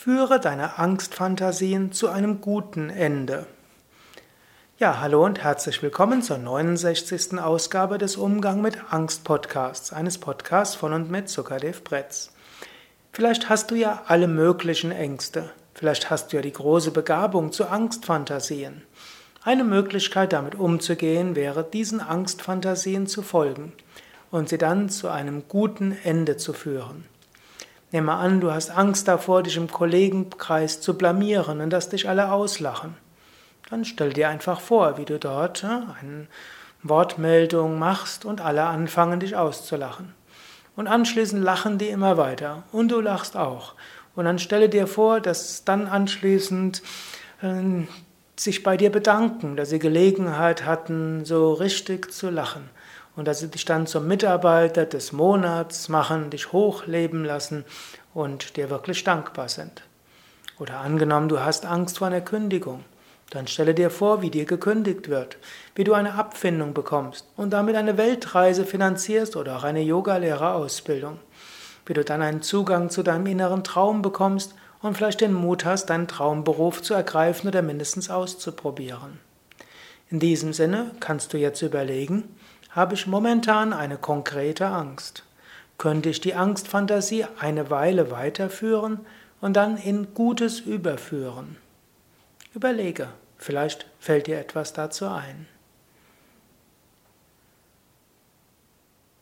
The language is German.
Führe deine Angstfantasien zu einem guten Ende. Ja, hallo und herzlich willkommen zur 69. Ausgabe des Umgang mit Angst Podcasts, eines Podcasts von und mit Sukadev Bretz. Vielleicht hast du ja alle möglichen Ängste. Vielleicht hast du ja die große Begabung zu Angstfantasien. Eine Möglichkeit, damit umzugehen, wäre, diesen Angstfantasien zu folgen und sie dann zu einem guten Ende zu führen. Nimm mal an, du hast Angst davor, dich im Kollegenkreis zu blamieren und dass dich alle auslachen. Dann stell dir einfach vor, wie du dort eine Wortmeldung machst und alle anfangen, dich auszulachen. Und anschließend lachen die immer weiter und du lachst auch. Und dann stelle dir vor, dass dann anschließend sich bei dir bedanken, dass sie Gelegenheit hatten, so richtig zu lachen. Und dass sie dich dann zum Mitarbeiter des Monats machen, dich hochleben lassen und dir wirklich dankbar sind. Oder angenommen, du hast Angst vor einer Kündigung. Dann stelle dir vor, wie dir gekündigt wird, wie du eine Abfindung bekommst und damit eine Weltreise finanzierst oder auch eine Yogalehrerausbildung. Wie du dann einen Zugang zu deinem inneren Traum bekommst und vielleicht den Mut hast, deinen Traumberuf zu ergreifen oder mindestens auszuprobieren. In diesem Sinne kannst du jetzt überlegen, habe ich momentan eine konkrete Angst? Könnte ich die Angstfantasie eine Weile weiterführen und dann in Gutes überführen? Überlege, vielleicht fällt dir etwas dazu ein.